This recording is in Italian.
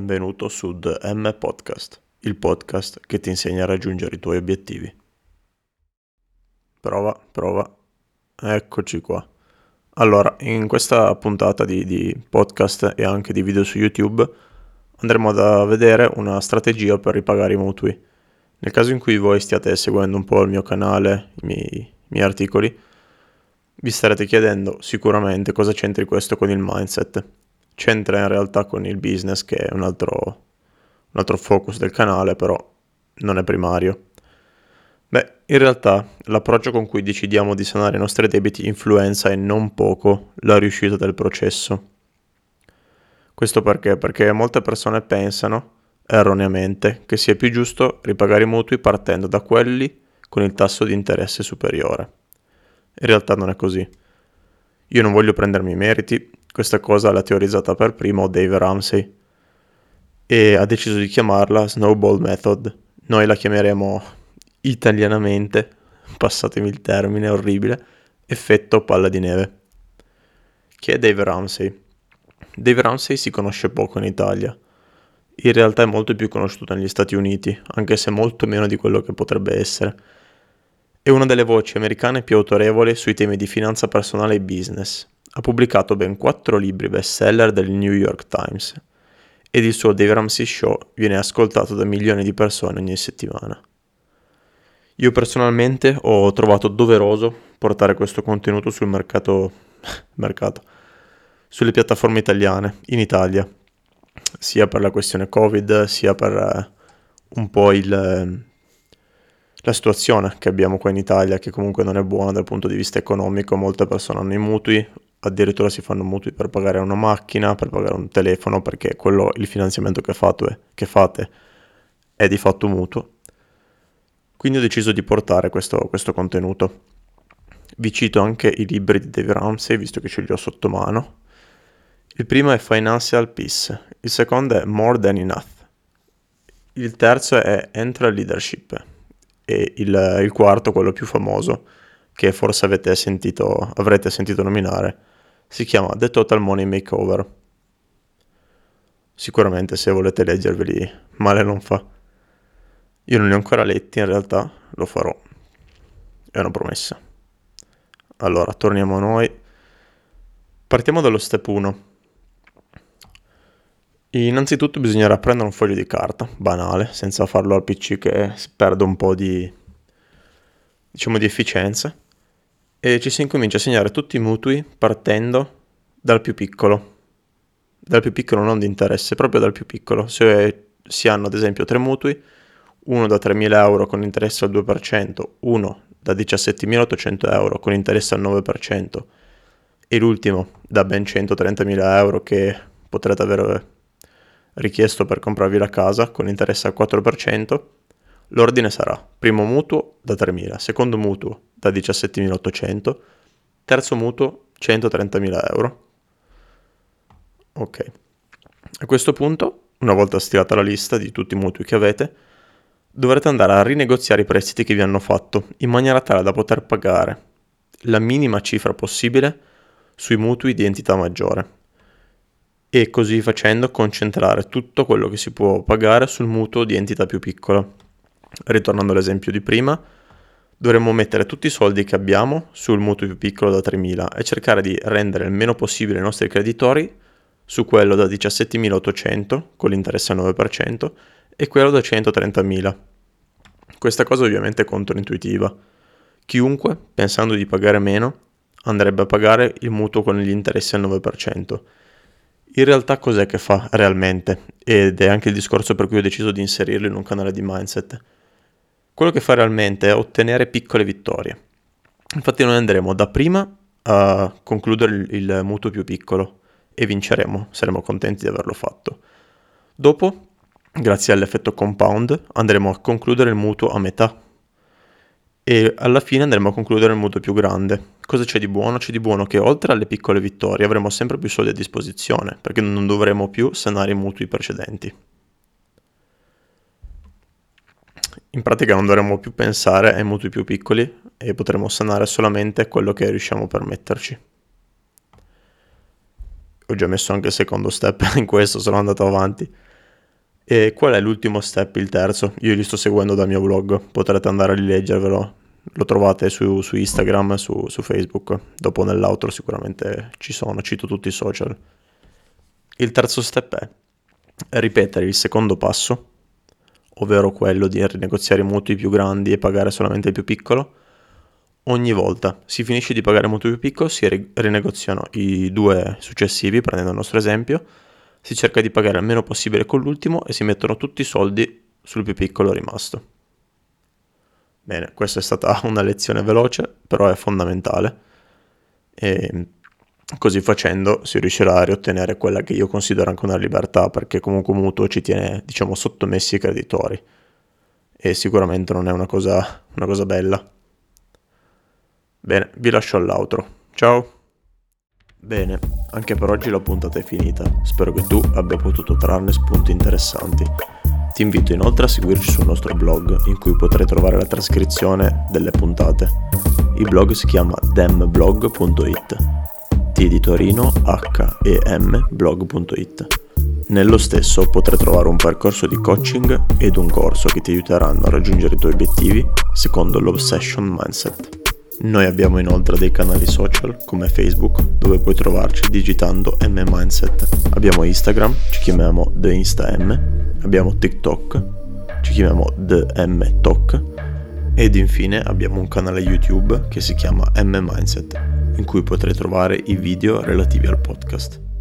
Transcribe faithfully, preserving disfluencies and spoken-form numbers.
Benvenuto su The M Podcast, il podcast che ti insegna a raggiungere i tuoi obiettivi. Prova, prova, eccoci qua. Allora, in questa puntata di, di podcast e anche di video su YouTube andremo a vedere una strategia per ripagare i mutui. Nel caso in cui voi stiate seguendo un po' il mio canale, i miei, i miei articoli, vi starete chiedendo sicuramente cosa c'entri questo con il mindset. C'entra in realtà con il business, che è un altro, un altro focus del canale, però non è primario. Beh, in realtà l'approccio con cui decidiamo di sanare i nostri debiti influenza e non poco la riuscita del processo. Questo perché? Perché molte persone pensano, erroneamente, che sia più giusto ripagare i mutui partendo da quelli con il tasso di interesse superiore. In realtà non è così. Io non voglio prendermi i meriti, questa cosa l'ha teorizzata per primo Dave Ramsey e ha deciso di chiamarla Snowball Method. Noi la chiameremo italianamente, passatemi il termine orribile, effetto palla di neve. Chi è Dave Ramsey? Dave Ramsey si conosce poco in Italia. In realtà è molto più conosciuto negli Stati Uniti, anche se molto meno di quello che potrebbe essere. È una delle voci americane più autorevoli sui temi di finanza personale e business. Ha pubblicato ben quattro libri bestseller del New York Times ed il suo Dave Ramsey Show viene ascoltato da milioni di persone ogni settimana. Io personalmente ho trovato doveroso portare questo contenuto sul mercato, mercato, sulle piattaforme italiane, in Italia, sia per la questione Covid, sia per eh, un po' il, eh, la situazione che abbiamo qua in Italia, che comunque non è buona dal punto di vista economico. Molte persone hanno i mutui, addirittura si fanno mutui per pagare una macchina, per pagare un telefono, perché quello, il finanziamento che fate, che fate è di fatto mutuo. Quindi ho deciso di portare questo, questo contenuto. Vi cito anche i libri di Dave Ramsey, visto che ce li ho sotto mano. Il primo è Financial Peace, il secondo è More Than Enough, il terzo è Enter Leadership e il, il quarto, quello più famoso, che forse avete sentito, avrete sentito nominare, si chiama The Total Money Makeover. Sicuramente se volete leggerveli male non fa. Io non li ho ancora letti, in realtà lo farò, è una promessa. Allora, torniamo a noi. Partiamo dallo step uno. Innanzitutto bisognerà prendere un foglio di carta, banale, senza farlo al P C che si perde un po' di, diciamo, di efficienza, e ci si incomincia a segnare tutti i mutui partendo dal più piccolo. Dal più piccolo non di interesse, proprio dal più piccolo. Se si hanno ad esempio tre mutui, uno da tremila euro con interesse al due per cento, uno da diciassettemilaottocento euro con interesse al nove per cento e l'ultimo da ben centotrentamila euro che potrete aver richiesto per comprarvi la casa con interesse al quattro per cento, l'ordine sarà: primo mutuo da tremila, secondo mutuo da diciassettemilaottocento, terzo mutuo centotrentamila euro. Ok, a questo punto, una volta stilata la lista di tutti i mutui che avete, dovrete andare a rinegoziare i prestiti che vi hanno fatto in maniera tale da poter pagare la minima cifra possibile sui mutui di entità maggiore e così facendo concentrare tutto quello che si può pagare sul mutuo di entità più piccola. Ritornando all'esempio di prima, dovremmo mettere tutti i soldi che abbiamo sul mutuo più piccolo da tremila e cercare di rendere il meno possibile i nostri creditori su quello da diciassettemilaottocento con l'interesse al nove per cento e quello da centotrentamila. Questa cosa ovviamente è controintuitiva. Chiunque, pensando di pagare meno, andrebbe a pagare il mutuo con gli interessi al nove per cento. In realtà cos'è che fa realmente? Ed è anche il discorso per cui ho deciso di inserirlo in un canale di mindset. Quello che fa realmente è ottenere piccole vittorie. Infatti noi andremo da prima a concludere il, il mutuo più piccolo e vinceremo, saremo contenti di averlo fatto. Dopo, grazie all'effetto compound, andremo a concludere il mutuo a metà e alla fine andremo a concludere il mutuo più grande. Cosa c'è di buono? C'è di buono che oltre alle piccole vittorie avremo sempre più soldi a disposizione, perché non dovremo più sanare i mutui precedenti. In pratica non dovremo più pensare ai mutui più piccoli e potremo sanare solamente quello che riusciamo a permetterci. Ho già messo anche il secondo step in questo, sono andato avanti. E qual è l'ultimo step, il terzo? Io li sto seguendo dal mio blog, potrete andare a rileggervelo, lo trovate su, su Instagram, su, su Facebook, dopo nell'outro sicuramente ci sono, cito tutti i social. Il terzo step è ripetere il secondo passo, ovvero quello di rinegoziare i mutui più grandi e pagare solamente il più piccolo. Ogni volta si finisce di pagare il mutuo più piccolo, si ri- rinegoziano i due successivi, prendendo il nostro esempio, si cerca di pagare il meno possibile con l'ultimo e si mettono tutti i soldi sul più piccolo rimasto. Bene, questa è stata una lezione veloce, però è fondamentale e così facendo si riuscirà a riottenere quella che io considero anche una libertà, perché comunque un mutuo ci tiene, diciamo, sottomessi ai creditori e sicuramente non è una cosa, una cosa bella. Bene, vi lascio all'outro. Ciao! Bene, anche per oggi la puntata è finita. Spero che tu abbia potuto trarne spunti interessanti. Ti invito inoltre a seguirci sul nostro blog, in cui potrai trovare la trascrizione delle puntate. Il blog si chiama demblog punto it. T di Torino, H e M blog punto it. Nello stesso potrai trovare un percorso di coaching ed un corso che ti aiuteranno a raggiungere i tuoi obiettivi secondo l'Obsession Mindset. Noi abbiamo inoltre dei canali social come Facebook, dove puoi trovarci digitando M Mindset. Abbiamo Instagram, ci chiamiamo The Insta M, abbiamo TikTok, ci chiamiamo The M Talk, ed infine abbiamo un canale YouTube che si chiama M Mindset, in cui potrai trovare i video relativi al podcast.